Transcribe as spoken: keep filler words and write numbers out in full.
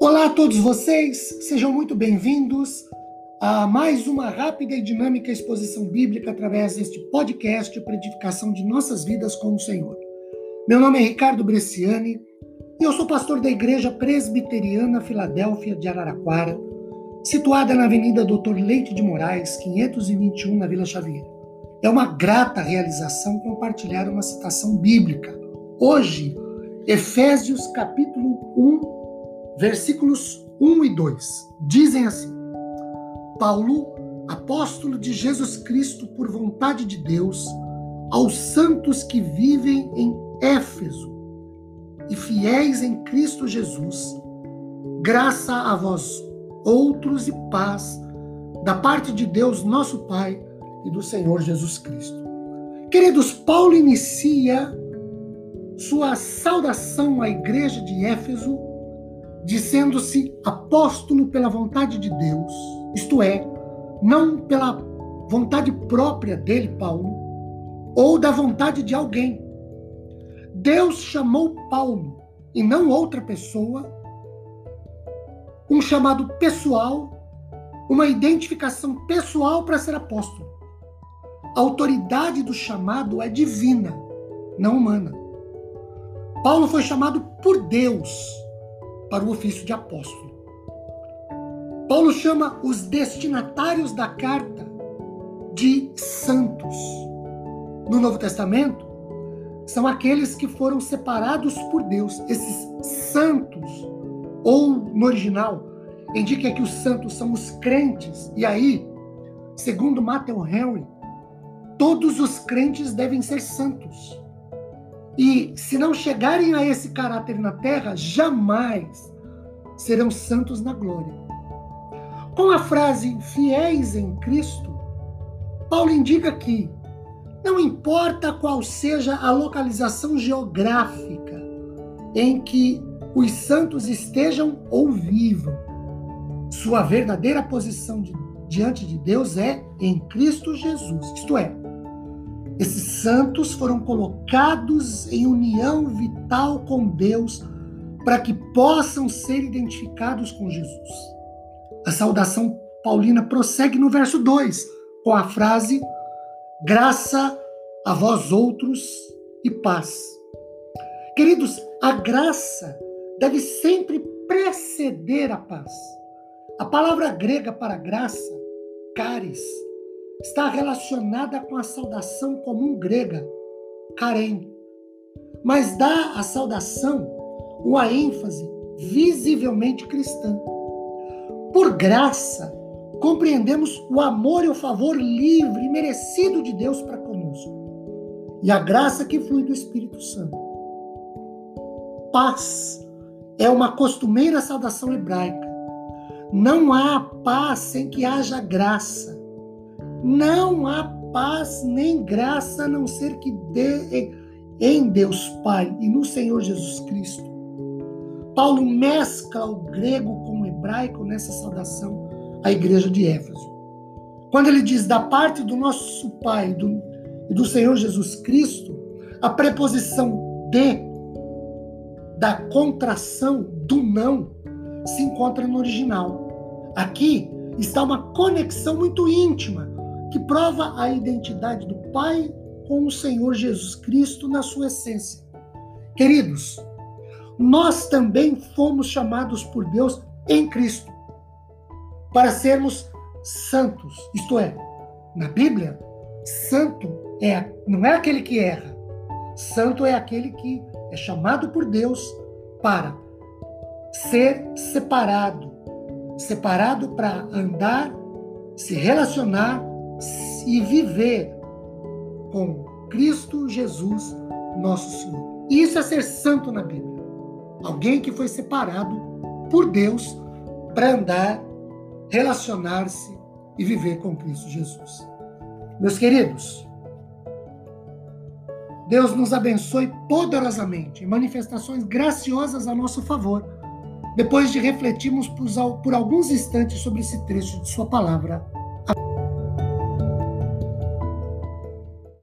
Olá a todos vocês, sejam muito bem-vindos a mais uma rápida e dinâmica exposição bíblica através deste podcast para edificação de nossas vidas com o Senhor. Meu nome é Ricardo Bresciani e eu sou pastor da Igreja Presbiteriana Filadélfia de Araraquara, situada na Avenida doutor Leite de Moraes, quinhentos e vinte e um, na Vila Xavier. É uma grata realização compartilhar uma citação bíblica. Hoje, Efésios capítulo um, versículos um e dois, dizem assim: Paulo, apóstolo de Jesus Cristo por vontade de Deus, aos santos que vivem em Éfeso e fiéis em Cristo Jesus, graça a vós outros e paz, da parte de Deus nosso Pai e do Senhor Jesus Cristo. Queridos, Paulo inicia sua saudação à igreja de Éfeso dizendo-se apóstolo pela vontade de Deus, isto é, não pela vontade própria dele, Paulo, ou da vontade de alguém. Deus chamou Paulo, e não outra pessoa, um chamado pessoal, uma identificação pessoal para ser apóstolo. A autoridade do chamado é divina, não humana. Paulo foi chamado por Deus para o ofício de apóstolo. Paulo chama os destinatários da carta de santos. No Novo Testamento, são aqueles que foram separados por Deus. Esses santos, ou no original, indica que os santos são os crentes. E aí, segundo Matthew Henry, todos os crentes devem ser santos. E se não chegarem a esse caráter na terra, jamais serão santos na glória. Com a frase fiéis em Cristo, Paulo indica que não importa qual seja a localização geográfica em que os santos estejam ou vivam, sua verdadeira posição de, diante de Deus é em Cristo Jesus. Isto é, esses santos foram colocados em união vital com Deus para que possam ser identificados com Jesus. A saudação paulina prossegue no verso dois, com a frase: graça a vós outros e paz. Queridos, a graça deve sempre preceder a paz. A palavra grega para graça, charis, está relacionada com a saudação comum grega, karen, mas dá à saudação uma ênfase visivelmente cristã. Por graça, compreendemos o amor e o favor livre e merecido de Deus para conosco, e a graça que flui do Espírito Santo. Paz é uma costumeira saudação hebraica. Não há paz sem que haja graça. Não há paz nem graça a não ser que dê em Deus Pai e no Senhor Jesus Cristo. Paulo mescla o grego com o hebraico nessa saudação à igreja de Éfeso. Quando ele diz da parte do nosso Pai e do, e do Senhor Jesus Cristo, a preposição de, da contração do não, se encontra no original. Aqui está uma conexão muito íntima que prova a identidade do Pai com o Senhor Jesus Cristo na sua essência. Queridos, nós também fomos chamados por Deus em Cristo para sermos santos. Isto é, na Bíblia, santo é, não é aquele que erra. Santo é aquele que é chamado por Deus para ser separado. Separado para andar, se relacionar e viver com Cristo Jesus, nosso Senhor. Isso é ser santo na Bíblia. Alguém que foi separado por Deus para andar, relacionar-se e viver com Cristo Jesus. Meus queridos, Deus nos abençoe poderosamente em manifestações graciosas a nosso favor, depois de refletirmos por alguns instantes sobre esse trecho de sua palavra.